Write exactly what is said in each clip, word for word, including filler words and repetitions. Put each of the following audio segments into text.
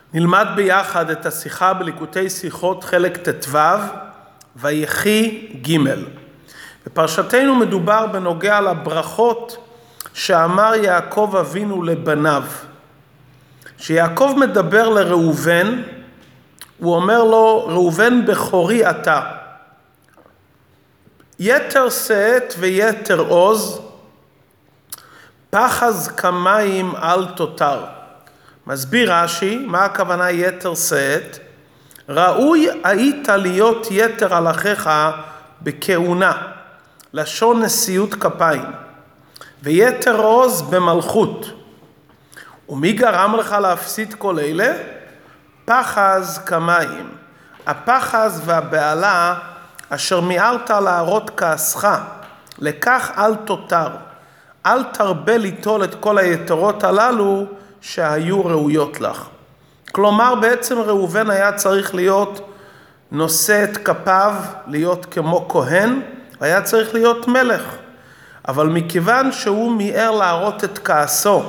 נלמד ביחד את השיחה בליקוטי שיחות חלק ט"ו, ויחי ג'. בפרשתנו מדובר בנוגע לברכות שאמר יעקב אבינו לבניו. שיעקב מדבר לראובן, הוא אומר לו, ראובן בכורי אתה. יתר שאת ויתר עוז, פחז כמים אל תותר. מסביר רש"י, מה הכוונה יתר שאת? ראוי היית להיות יתר על אחיך בכהונה, לשון נשיאות כפיים, ויתר עוז במלכות. ומי גרם לך להפסיד כל אלה? פחז כמים. הפחז והבעלה אשר מיהרת להראות כעסך, לכך אל תותר. אל תרבה ליטול את כל היתרות הללו שהיו ראויות לך. כלומר, בעצם ראובן היה צריך להיות נושא את כפיו, להיות כמו כהן, היה צריך להיות מלך. אבל מכיוון שהוא מיהר להראות את כעסו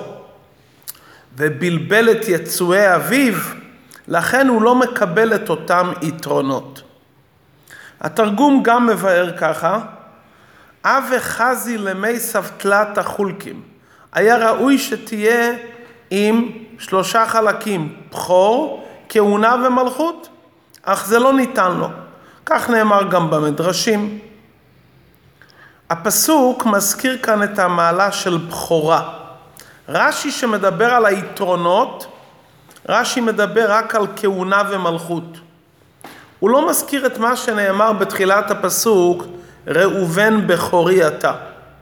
ובלבל את יצואי אביו, לכן הוא לא מקבל את אותם יתרונות. התרגום גם מבאר ככה, אב חזי למי סבתלת החולקים. היה ראוי שתהיה עם שלושה חלקים, בכור, כהונה ומלכות, אך זה לא ניתן לו. כך נאמר גם במדרשים. הפסוק מזכיר כאן את המעלה של בכורה. רש"י שמדבר על היתרונות, רש"י מדבר רק על כהונה ומלכות. הוא לא מזכיר את מה שנאמר בתחילת הפסוק, ראובן בכורי אתה.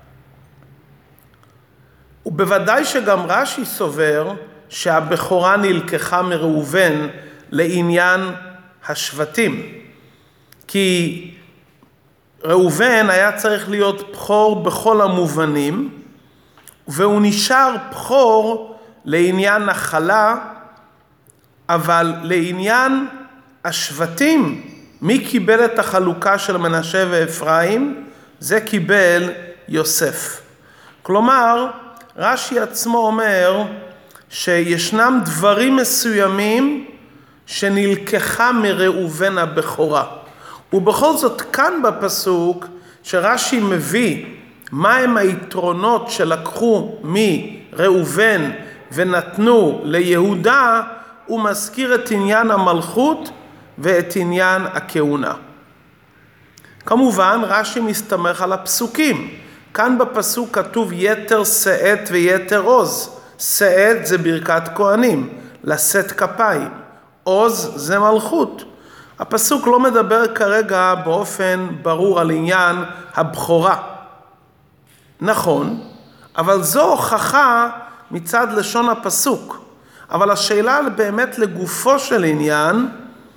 ובוודאי שגם רש"י סובר שהבכורה נלקחה מראובן לעניין השבטים. כי ראובן היה צריך להיות בכור בכל המובנים, והוא נשאר בכור לעניין נחלה, אבל לעניין השבטים, מי קיבל את החלוקה של מנשה ואפרים? זה קיבל יוסף. כלומר, רש"י עצמו אומר שישנם דברים מסוימים שנלקחה מראובן הבכורה. ובכל זאת כאן בפסוק שרש"י מביא מהם היתרונות שלקחו מראובן ונתנו ליהודה, הוא מזכיר את עניין המלכות ואת עניין הכהונה. כמובן רש"י מסתמך על הפסוקים. כאן בפסוק כתוב יתר שאת ויתר עוז. שאת זה ברכת כהנים, לשאת כפיים. עוז זה מלכות. הפסוק לא מדבר כרגע באופן ברור על עניין הבכורה. נכון, אבל זו הוכחה מצד לשון הפסוק. אבל השאלה באמת לגופו של עניין,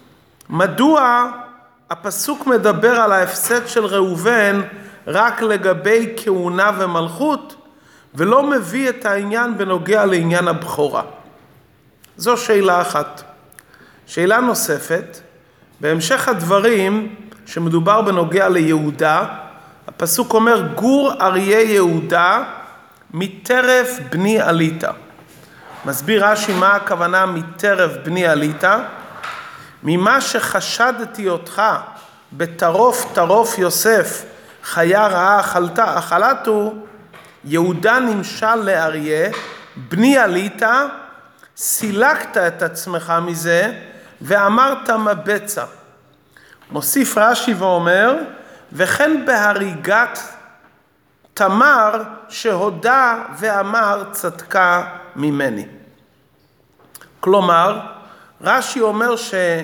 מדוע הפסוק מדבר על ההפסד של ראובן רק לגבי כהונה ומלכות, ולא מביא את העניין בנוגע לעניין הבכורה? זו שאלה אחת. שאלה נוספת, בהמשך הדברים שמדובר בנוגע ליהודה, הפסוק אומר, גור אריה יהודה מטרף בני עליתה. מסביר רש"י מה הכוונה מטרף בני עליתה? ממה שחשדתי אותך בטרוף טרוף יוסף, חיה רעה אכלתה, אכלתו, יהודה נמשל לאריה, בני עליתה, סילקת את עצמך מזה, ואמרת מבצע. מוסיף רש"י ואומר, וכן בהריגת תמר שהודה ואמר צדקה ממני. כלומר, רש"י אומר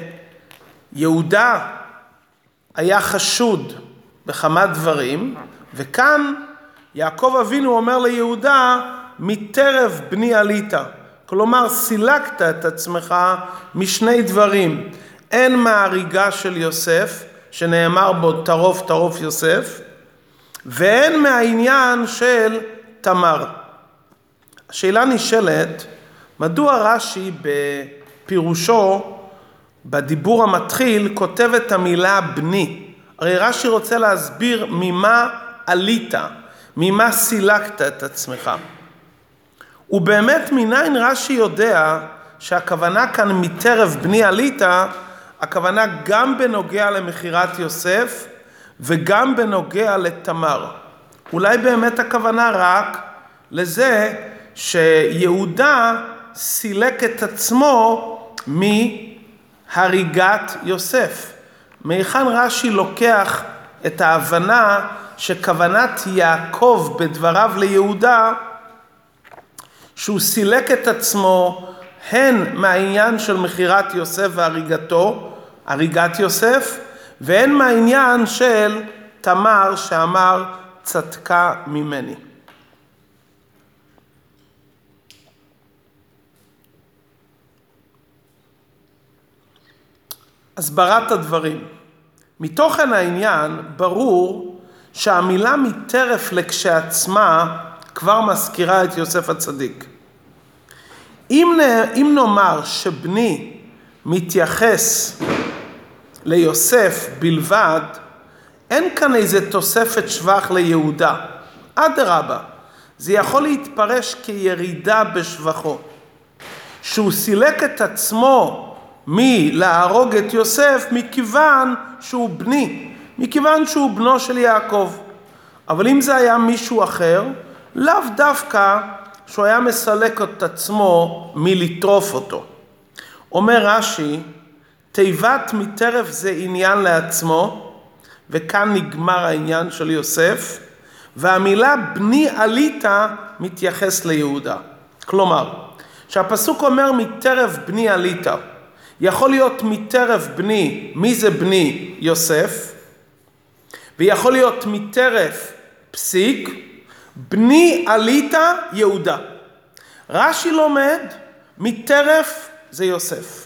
שיהודה היה חשוד בכמה דברים, וכאן יעקב אבינו אומר ליהודה, מטרף בני עליתה. כלומר, סילקת את עצמך משני דברים. אין מההריגה של יוסף, שנאמר בו טרוף טרוף יוסף, ואין מהעניין של תמר. השאלה נשאלת, מדוע רש"י בפירושו, בדיבור המתחיל, כותב את המילה בני? הרי רש"י רוצה להסביר ממה עלית, ממה סילקת את עצמך. ובאמת מניין רש"י יודע שהכוונה כאן מטרף בני עליתה, הכוונה גם בנוגע למכירת יוסף וגם בנוגע לתמר. אולי באמת הכוונה רק לזה שיהודה סילק את עצמו מהריגת יוסף. מהיכן רש"י לוקח את ההבנה שכוונת יעקב בדבריו ליהודה, שהוא סילק את עצמו הן מהעניין של מכירת יוסף והריגתו, הריגת יוסף, והן מהעניין של תמר שאמר צדקה ממני. הסברת הדברים. מתוכן העניין ברור שהמילה מטרף לכשעצמה כבר מזכירה את יוסף הצדיק. אם, אם נאמר שבני מתייחס ליוסף בלבד, אין כאן איזה תוספת שבח ליהודה. אדרבה, זה יכול להתפרש כירידה בשבחו. שהוא סילק את עצמו מלהרוג את יוסף מכיוון שהוא בני, מכיוון שהוא בנו של יעקב. אבל אם זה היה מישהו אחר, לאו דווקא שהוא היה מסלק את עצמו מלטרוף אותו. אומר רש"י, תיבת מטרף זה עניין לעצמו, וכאן נגמר העניין של יוסף, והמילה בני עליתה מתייחס ליהודה. כלומר, שהפסוק אומר מטרף בני עליתה, יכול להיות מטרף בני, מי זה בני? יוסף, ויכול להיות מטרף פסיק, בני עליתה יהודה. רש"י לומד, מטרף זה יוסף.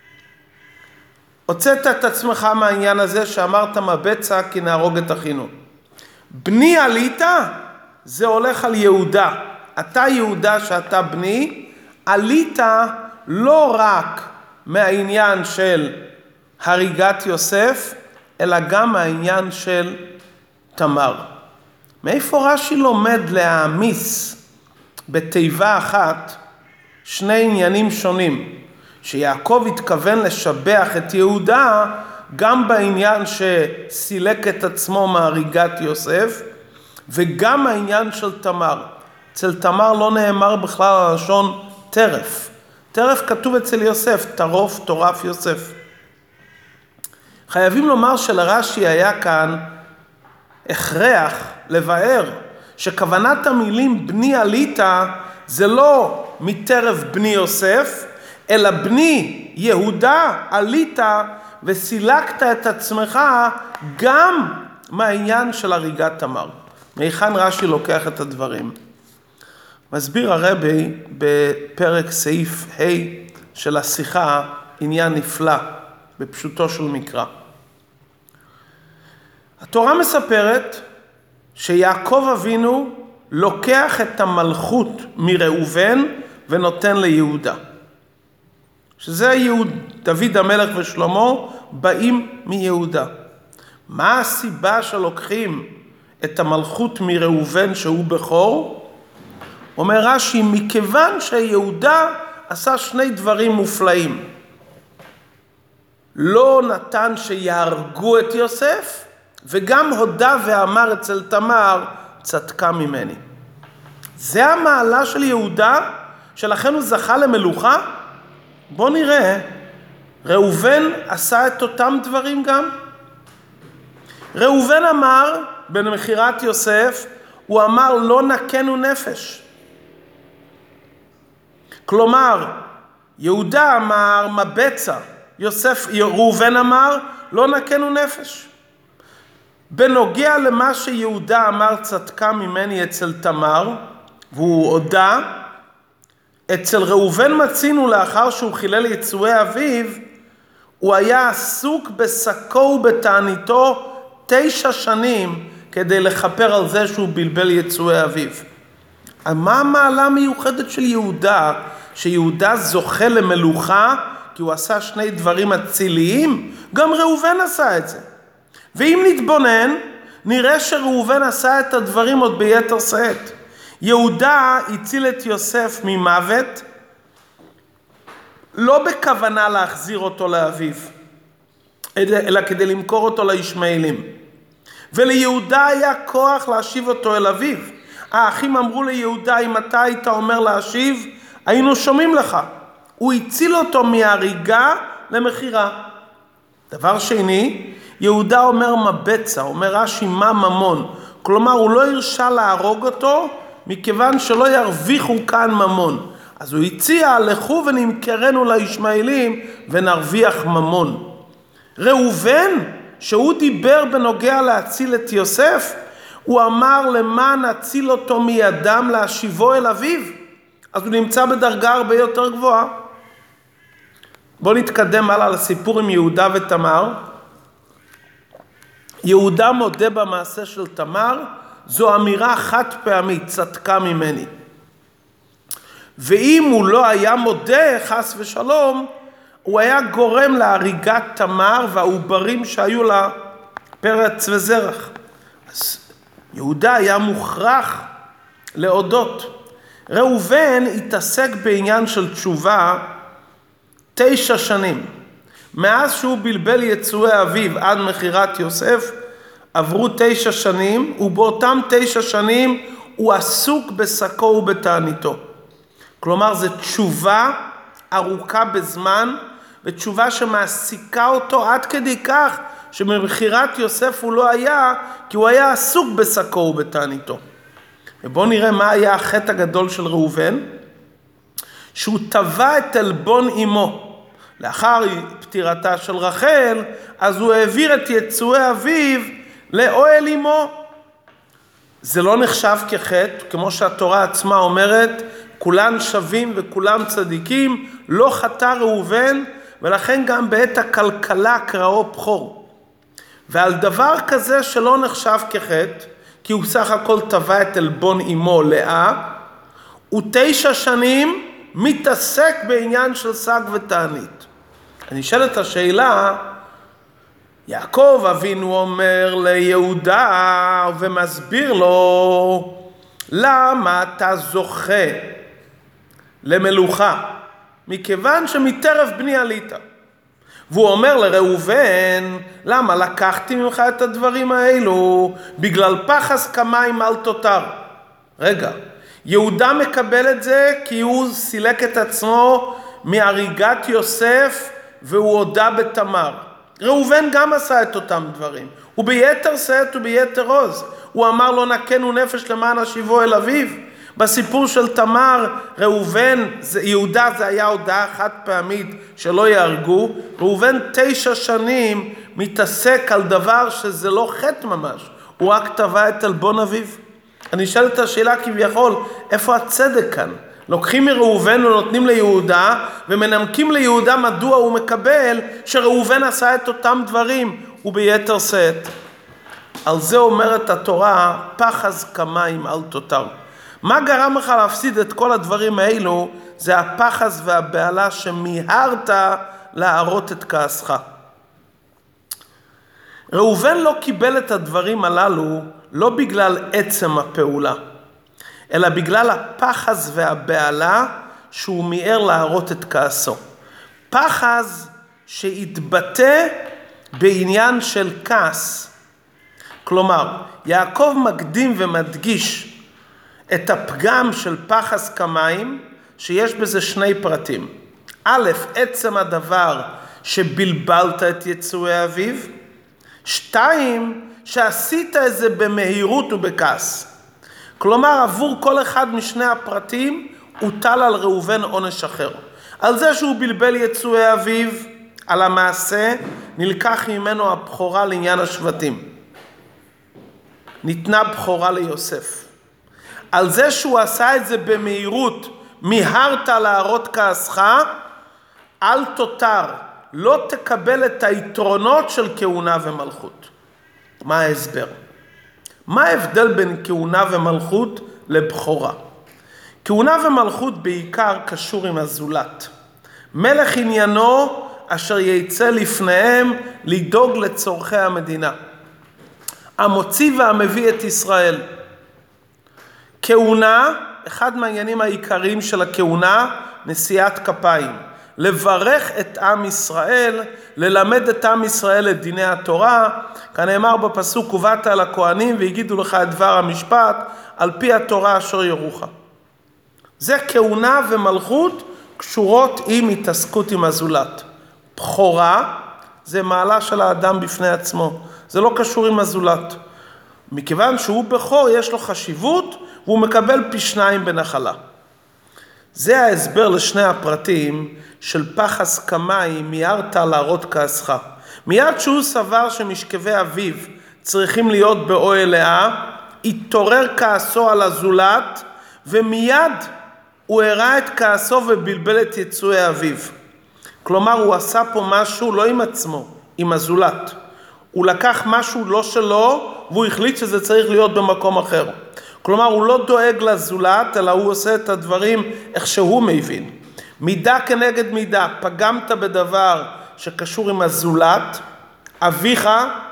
הוצאת את עצמך מהעניין הזה שאמרת מבצע כי נהרוג את אחינו. בני עליתה זה הולך על יהודה. אתה יהודה שאתה בני, עליתה לא רק מהעניין של הריגת יוסף, אלא גם מהעניין של תמר. מאיפה רש"י לומד להעמיס בתיבה אחת שני עניינים שונים? שיעקב התכוון לשבח את יהודה גם בעניין שסילק את עצמו מהריגת יוסף, וגם העניין של תמר. אצל תמר לא נאמר בכלל הלשון טרף. טרף כתוב אצל יוסף, טרוף, טורף יוסף. חייבים לומר שלרש"י היה כאן הכרח לבאר שכוונת המילים בני עליתה זה לא מטרף בני יוסף, אלא בני יהודה עליתה וסילקת את עצמך גם מהעניין של הריגת תמר. מהיכן רש"י לוקח את הדברים? מסביר הרבי בפרק סעיף ה' של השיחה עניין נפלא בפשוטו של מקרא. התורה מספרת שיעקב אבינו לוקח את המלכות מראובן ונותן ליהודה. שזה יהוד, דוד המלך ושלמה באים מיהודה. מה הסיבה שלוקחים את המלכות מראובן שהוא בכור? אומר רש"י, מכיוון שיהודה עשה שני דברים מופלאים. לא נתן שיהרגו את יוסף, וגם הודה ואמר אצל תמר, צדקה ממני. זה המעלה של יהודה, שלכן הוא זכה למלוכה? בוא נראה, ראובן עשה את אותם דברים גם. ראובן אמר, במכירת יוסף, הוא אמר לא נקנו נפש. כלומר, יהודה אמר מבצע, יוסף, ראובן אמר לא נקנו נפש. בנוגע למה שיהודה אמר צדקה ממני אצל תמר, והוא הודה, אצל ראובן מצינו לאחר שהוא חילל יצואי אביו, הוא היה עסוק בשקו ובתעניתו תשע שנים כדי לכפר על זה שהוא בלבל יצואי אביו. מה המעלה המיוחדת של יהודה? שיהודה זוכה למלוכה כי הוא עשה שני דברים אציליים? גם ראובן עשה את זה. ואם נתבונן, נראה שראובן עשה את הדברים עוד ביתר שאת. יהודה הציל את יוסף ממוות לא בכוונה להחזיר אותו לאביו, אלא כדי למכור אותו לישמעאלים. וליהודה היה כוח להשיב אותו אל אביו. האחים אמרו ליהודה, אם אתה היית אומר להשיב, היינו שומעים לך. הוא הציל אותו מהריגה למחירה. דבר שני, יהודה אומר מבצע, אומר רש"י מה ממון. כלומר, הוא לא הרשה להרוג אותו, מכיוון שלא ירוויחו כאן ממון. אז הוא הציע, לכו ונמכרנו לישמעאלים ונרוויח ממון. ראובן, שהוא דיבר בנוגע להציל את יוסף, הוא אמר למען נציל אותו מידם להשיבו אל אביו. אז הוא נמצא בדרגה הרבה יותר גבוהה. בואו נתקדם הלאה לסיפור עם יהודה ותמר. יהודה מודה במעשה של תמר, זו אמירה חד פעמית, צדקה ממני. ואם הוא לא היה מודה, חס ושלום, הוא היה גורם להריגת תמר והעוברים שהיו לה פרץ וזרח. אז יהודה היה מוכרח להודות. ראובן התעסק בעניין של תשובה תשע שנים. מאז שהוא בלבל יצואי אביו עד מחירת יוסף, עברו תשע שנים, ובאותם תשע שנים הוא עסוק בשקו ובתעניתו. כלומר, זו תשובה ארוכה בזמן, ותשובה שמעסיקה אותו עד כדי כך, שממחירת יוסף הוא לא היה, כי הוא היה עסוק בשקו ובתעניתו. ובואו נראה מה היה החטא הגדול של ראובן, שהוא טבע את עלבון אמו. לאחר פטירתה של רחל, אז הוא העביר את יצואי אביו לאוהל אמו. זה לא נחשב כחטא, כמו שהתורה עצמה אומרת, כולם שווים וכולם צדיקים, לא חטא ראובן, ולכן גם בעת הכלכלה קראו בכור. ועל דבר כזה שלא נחשב כחטא, כי הוא סך הכל טבע את עלבון אמו לאה, הוא תשע שנים מתעסק בעניין של שק ותענית. אני שואל את השאלה, יעקב אבינו אומר ליהודה ומסביר לו, למה אתה זוכה למלוכה? מכיוון שמטרף בני עלית. והוא אומר לראובן, למה לקחתי ממך את הדברים האלו? בגלל פחס כמים אל תותר. רגע, יהודה מקבל את זה כי הוא סילק את עצמו מהריגת יוסף והוא הודה בתמר. ראובן גם עשה את אותם דברים. הוא ביתר שאת וביתר עוז. הוא אמר לו נקנו נפש למען השיבו אל אביו. בסיפור של תמר, ראובן, יהודה זה היה הודעה חד פעמית שלא יהרגו. ראובן תשע שנים מתעסק על דבר שזה לא חטא ממש. הוא רק טבע את עלבון אביו. אני אשאל את השאלה כביכול, איפה הצדק כאן? לוקחים מראובן ונותנים ליהודה, ומנמקים ליהודה מדוע הוא מקבל שראובן עשה את אותם דברים, וביתר שאת. על זה אומרת התורה, פחז כמים אל תותר. מה גרם לך להפסיד את כל הדברים האלו? זה הפחז והבעלה שמיהרת להראות את כעסך. ראובן לא קיבל את הדברים הללו לא בגלל עצם הפעולה, אלא בגלל הפחז והבעלה שהוא מיהר להראות את כעסו. פחז שהתבטא בעניין של כעס. כלומר, יעקב מקדים ומדגיש את הפגם של פחז כמים, שיש בזה שני פרטים. א', עצם הדבר שבלבלת את יצואי אביו. שתיים, שעשית את זה במהירות ובכעס. כלומר, עבור כל אחד משני הפרטים, הוטל על ראובן עונש אחר. על זה שהוא בלבל יצואי אביו, על המעשה, נלקח ממנו הבכורה לעניין השבטים. ניתנה בכורה ליוסף. על זה שהוא עשה את זה במהירות, מיהרת להראות כעסך, אל תותר, לא תקבל את היתרונות של כהונה ומלכות. מה ההסבר? מה ההבדל בין כהונה ומלכות לבכורה? כהונה ומלכות בעיקר קשור עם הזולת. מלך עניינו אשר יצא לפניהם לדאוג לצורכי המדינה. המוציא והמביא את ישראל. כהונה, אחד מהעניינים העיקריים של הכהונה, נשיאת כפיים. לברך את עם ישראל, ללמד את עם ישראל את דיני התורה, כנאמר בפסוק, ובאת על הכהנים והגידו לך את דבר המשפט, על פי התורה אשר יורוך. זה כהונה ומלכות קשורות עם התעסקות עם הזולת. בכורה זה מעלה של האדם בפני עצמו, זה לא קשור עם הזולת. מכיוון שהוא בכור יש לו חשיבות, והוא מקבל פי שניים בנחלה. זה ההסבר לשני הפרטים של פחס קמאי מיהרת להראות כעסך. מיד שהוא סבר שמשכבי אביו צריכים להיות באוהל לאה, התעורר כעסו על הזולת, ומיד הוא הראה את כעסו ובלבל את יצואי אביו. כלומר, הוא עשה פה משהו לא עם עצמו, עם הזולת. הוא לקח משהו לא שלו, והוא החליט שזה צריך להיות במקום אחר. כלומר, הוא לא דואג לזולת, אלא הוא עושה את הדברים איך שהוא מבין. מידה כנגד מידה, פגמת בדבר שקשור עם הזולת, אביך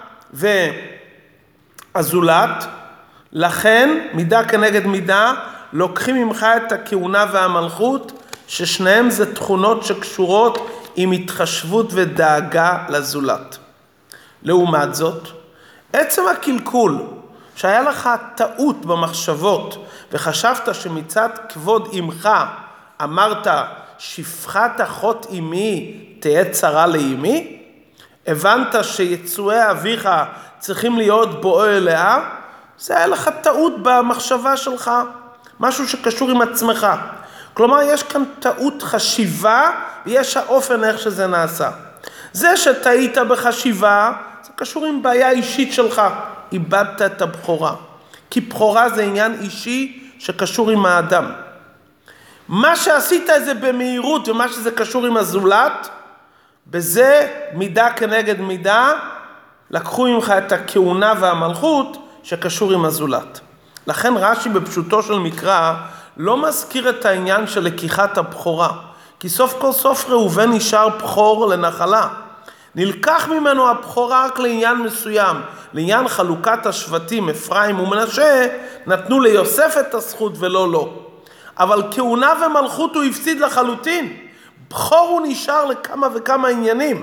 והזולת, לכן מידה כנגד מידה, לוקחים ממך את הכהונה והמלכות, ששניהם זה תכונות שקשורות עם התחשבות ודאגה לזולת. לעומת זאת, עצם הקלקול, שהיה לך טעות במחשבות, וחשבת שמצד כבוד אמך, אמרת, שפחת אחות אמי תהיה צרה לאמי? הבנת שיצואי אביך צריכים להיות באוהל לאה? זה היה לך טעות במחשבה שלך, משהו שקשור עם עצמך. כלומר, יש כאן טעות חשיבה, ויש האופן איך שזה נעשה. זה שטעית בחשיבה, זה קשור עם בעיה אישית שלך. איבדת את הבכורה. כי בכורה זה עניין אישי שקשור עם האדם. מה שעשית זה במהירות, ומה שזה קשור עם הזולת, בזה מידה כנגד מידה, לקחו ממך את הכהונה והמלכות שקשור עם הזולת. לכן רש"י בפשוטו של מקרא, לא מזכיר את העניין של לקיחת הבכורה. כי סוף כל סוף ראובן נשאר בכור לנחלה. נלקח ממנו הבכורה רק לעניין מסוים. לעניין חלוקת השבטים, אפרים ומנשה, נתנו ליוסף את הזכות ולא לו. אבל כהונה ומלכות הוא הפסיד לחלוטין. בכור הוא נשאר לכמה וכמה עניינים.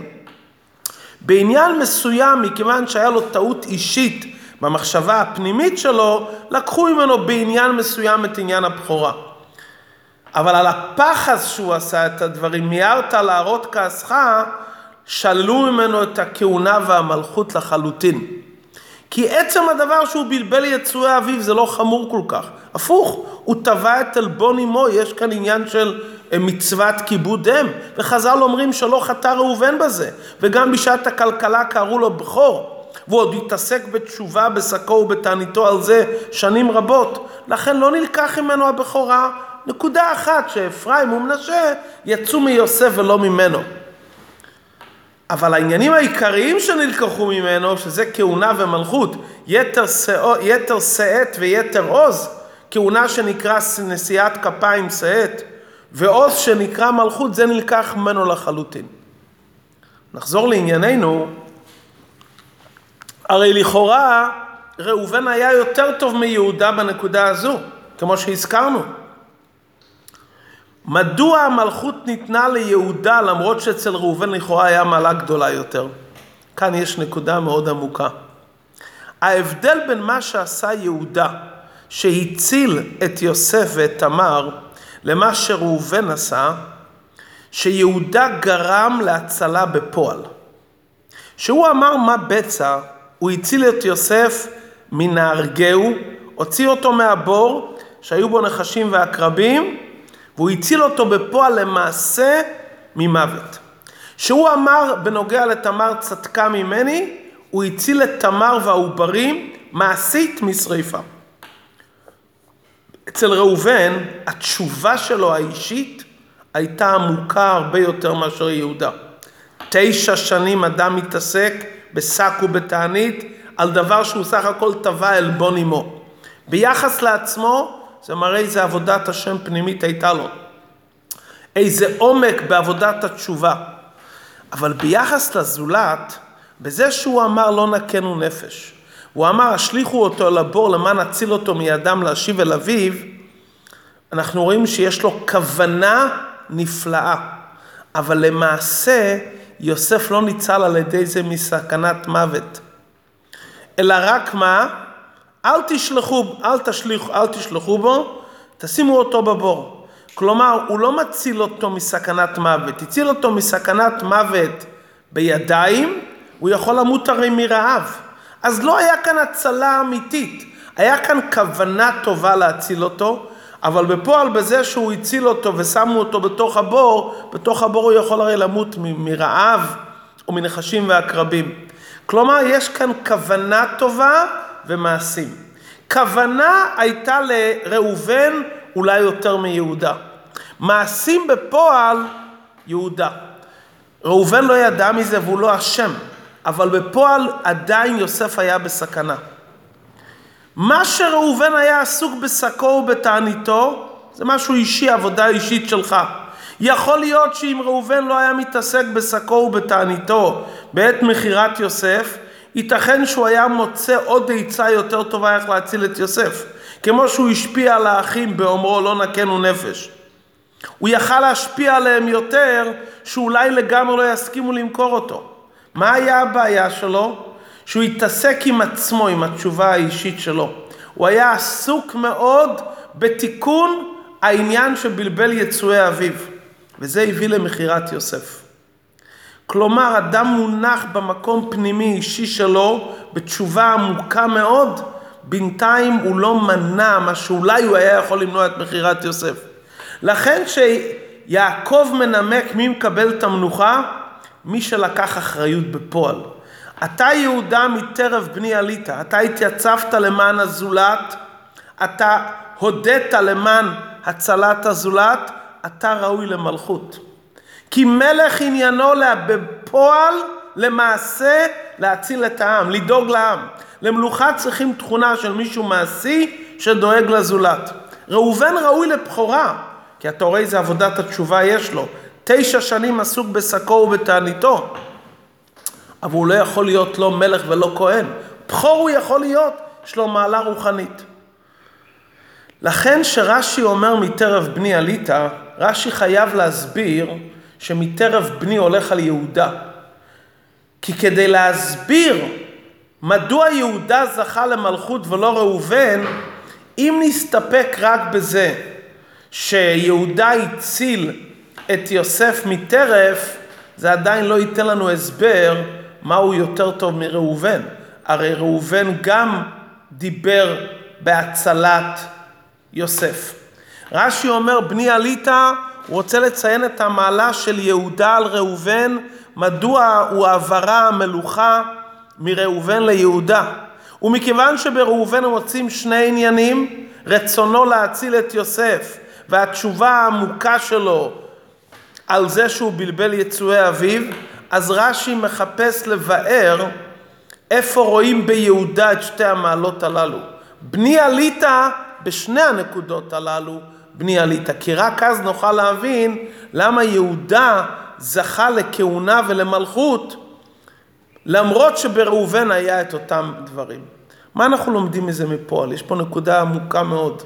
בעניין מסוים, מכיוון שהיה לו טעות אישית במחשבה הפנימית שלו, לקחו ממנו בעניין מסוים את עניין הבכורה. אבל על הפחס שהוא עשה את הדברים, מיהרת להראות כעסך, שללו ממנו את הכהונה והמלכות לחלוטין. כי עצם הדבר שהוא בלבל יצואי אביו זה לא חמור כל כך. הפוך, הוא טבע את עלבון אמו, יש כאן עניין של מצוות כיבוד אם, וחז"ל אומרים שלא חטא ראובן בזה, וגם בשעת הכלכלה קראו לו בכור, והוא עוד התעסק בתשובה בשקו ובתעניתו על זה שנים רבות, לכן לא נלקח ממנו הבכורה. נקודה אחת שאפרים ומנשה יצאו מיוסף ולא ממנו. אבל העניינים העיקריים שנלקחו ממנו, שזה כהונה ומלכות, יתר, יתר שאת ויתר עוז, כהונה שנקרא נשיאת כפיים שאת, ועוז שנקרא מלכות, זה נלקח ממנו לחלוטין. נחזור לענייננו, הרי לכאורה ראובן היה יותר טוב מיהודה בנקודה הזו, כמו שהזכרנו. מדוע המלכות ניתנה ליהודה למרות שאצל ראובן לכאורה היה מעלה גדולה יותר? כאן יש נקודה מאוד עמוקה. ההבדל בין מה שעשה יהודה, שהציל את יוסף ואת תמר, למה שראובן עשה, שיהודה גרם להצלה בפועל. שהוא אמר מה בצע, הוא הציל את יוסף מנהרגהו, הוציא אותו מהבור שהיו בו נחשים ועקרבים, והוא הציל אותו בפועל למעשה ממוות. שהוא אמר בנוגע לתמר צדקה ממני, הוא הציל את תמר והעוברים מעשית משריפה. אצל ראובן, התשובה שלו האישית הייתה עמוקה הרבה יותר מאשר יהודה. תשע שנים אדם מתעסק בשק ובתענית על דבר שהוא סך הכל טבע עלבון אמו. ביחס לעצמו, זה מראה איזה עבודת השם פנימית הייתה לו. איזה עומק בעבודת התשובה. אבל ביחס לזולת, בזה שהוא אמר לא נקנו נפש, הוא אמר השליחו אותו לבור למען הציל אותו מידם להשיב אל אביו, אנחנו רואים שיש לו כוונה נפלאה. אבל למעשה יוסף לא ניצל על ידי זה מסכנת מוות. אלא רק מה? אל תשלחו, אל תשליחו, אל תשלחו בו, תשימו אותו בבור. כלומר, הוא לא מציל אותו מסכנת מוות, הציל אותו מסכנת מוות בידיים, הוא יכול למות הרי מרעב. אז לא היה כאן הצלה אמיתית, היה כאן כוונה טובה להציל אותו, אבל בפועל בזה שהוא הציל אותו ושמו אותו בתוך הבור, בתוך הבור הוא יכול הרי למות מרעב או מנחשים ועקרבים. כלומר, יש כאן כוונה טובה ומעשים. כוונה הייתה לראובן אולי יותר מיהודה. מעשים בפועל יהודה. ראובן לא ידע מזה והוא לא אשם, אבל בפועל עדיין יוסף היה בסכנה. מה שראובן היה עסוק בשקו ובתעניתו, זה משהו אישי, עבודה אישית שלך. יכול להיות שאם ראובן לא היה מתעסק בשקו ובתעניתו בעת מחירת יוסף, ייתכן שהוא היה מוצא עוד עצה יותר טובה איך להציל את יוסף. כמו שהוא השפיע על האחים באומרו לא נקנו נפש. הוא יכל להשפיע עליהם יותר, שאולי לגמרי לא יסכימו למכור אותו. מה היה הבעיה שלו? שהוא התעסק עם עצמו, עם התשובה האישית שלו. הוא היה עסוק מאוד בתיקון העניין שבלבל יצואי אביו. וזה הביא למחירת יוסף. כלומר, אדם מונח במקום פנימי אישי שלו, בתשובה עמוקה מאוד, בינתיים הוא לא מנע מה שאולי הוא היה יכול למנוע את מחירת יוסף. לכן שיעקב מנמק מי מקבל את המנוחה, מי שלקח אחריות בפועל. אתה יהודה מטרף בני עלית, אתה התייצבת למען הזולת, אתה הודית למען הצלת הזולת, אתה ראוי למלכות. כי מלך עניינו לה בפועל למעשה להציל את העם, לדאוג לעם. למלוכה צריכים תכונה של מישהו מעשי שדואג לזולת. ראובן ראוי לבחורה, כי אתה רואה איזה עבודת התשובה יש לו. תשע שנים עסוק בשקו ובתעניתו. אבל הוא לא יכול להיות לא מלך ולא כהן. בחור הוא יכול להיות, יש לו מעלה רוחנית. לכן שרש"י אומר מטרף בני עלית, רש"י חייב להסביר שמטרף בני הולך על יהודה. כי כדי להסביר מדוע יהודה זכה למלכות ולא ראובן, אם נסתפק רק בזה שיהודה הציל את יוסף מטרף, זה עדיין לא ייתן לנו הסבר מהו יותר טוב מראובן. הרי ראובן גם דיבר בהצלת יוסף. רש"י אומר בני עלית, הוא רוצה לציין את המעלה של יהודה על ראובן, מדוע הוא העברה המלוכה מראובן ליהודה. ומכיוון שבראובן הם מוצאים שני עניינים, רצונו להציל את יוסף והתשובה העמוקה שלו על זה שהוא בלבל יצואי אביו, אז רש"י מחפש לבאר איפה רואים ביהודה את שתי המעלות הללו. בני עלית בשני הנקודות הללו, בני עלית, כי רק אז נוכל להבין למה יהודה זכה לכהונה ולמלכות, למרות שבראובן היה את אותם דברים. מה אנחנו לומדים מזה מפועל? יש פה נקודה עמוקה מאוד.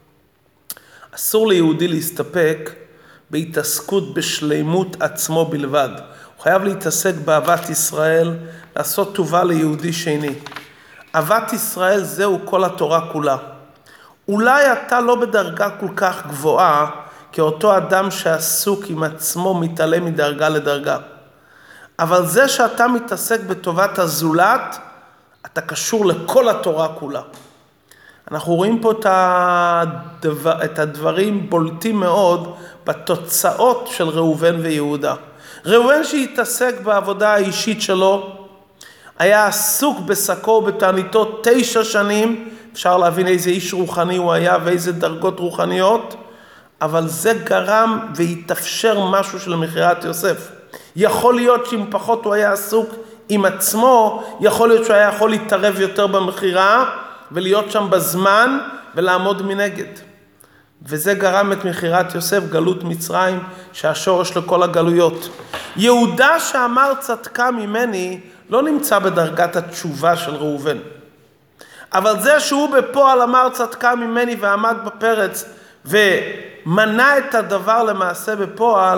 אסור ליהודי להסתפק בהתעסקות בשלימות עצמו בלבד. הוא חייב להתעסק באהבת ישראל, לעשות טובה ליהודי שני. אהבת ישראל זהו כל התורה כולה. אולי אתה לא בדרגה כל כך גבוהה, כאותו אדם שעסוק עם עצמו מתעלה מדרגה לדרגה. אבל זה שאתה מתעסק בטובת הזולת, אתה קשור לכל התורה כולה. אנחנו רואים פה את, הדבר, את הדברים בולטים מאוד בתוצאות של ראובן ויהודה. ראובן שהתעסק בעבודה האישית שלו, היה עסוק בשקו ובתעניתו תשע שנים, אפשר להבין איזה איש רוחני הוא היה ואיזה דרגות רוחניות, אבל זה גרם והתאפשר משהו של מחירת יוסף. יכול להיות שאם פחות הוא היה עסוק עם עצמו, יכול להיות שהוא היה יכול להתערב יותר במחירה, ולהיות שם בזמן ולעמוד מנגד. וזה גרם את מחירת יוסף, גלות מצרים, שהשורש לכל הגלויות. יהודה שאמר צדקה ממני, לא נמצא בדרגת התשובה של ראובן. אבל זה שהוא בפועל אמר צדקה ממני ועמד בפרץ, ומנע את הדבר למעשה בפועל,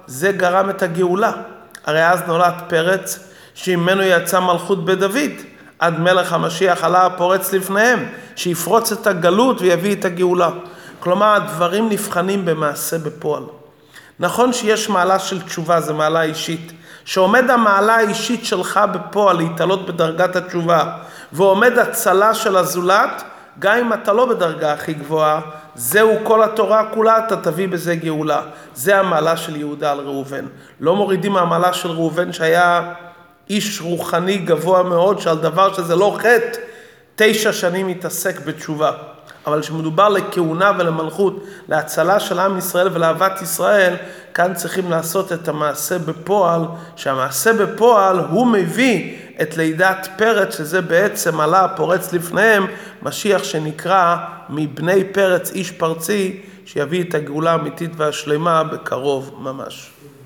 זה גרם את הגאולה. הרי אז נולד פרץ שממנו יצא מלכות בית דוד, עד מלך המשיח עלה הפורץ לפניהם, שיפרוץ את הגלות ויביא את הגאולה. כלומר, הדברים נבחנים במעשה בפועל. נכון שיש מעלה של תשובה, זה מעלה אישית. שעומד המעלה האישית שלך בפועל להתעלות בדרגת התשובה, ועומד הצלה של הזולת, גם אם אתה לא בדרגה הכי גבוהה, זהו כל התורה כולה, אתה תביא בזה גאולה. זה המעלה של יהודה על ראובן. לא מורידים מהמעלה של ראובן שהיה איש רוחני גבוה מאוד, שעל דבר שזה לא חטא, תשע שנים מתעסק בתשובה. אבל כשמדובר לכהונה ולמלכות, להצלה של עם ישראל ולאהבת ישראל, כאן צריכים לעשות את המעשה בפועל, שהמעשה בפועל הוא מביא את לידת פרץ, שזה בעצם עלה הפורץ לפניהם, משיח שנקרא מבני פרץ איש פרצי, שיביא את הגאולה האמיתית והשלמה בקרוב ממש.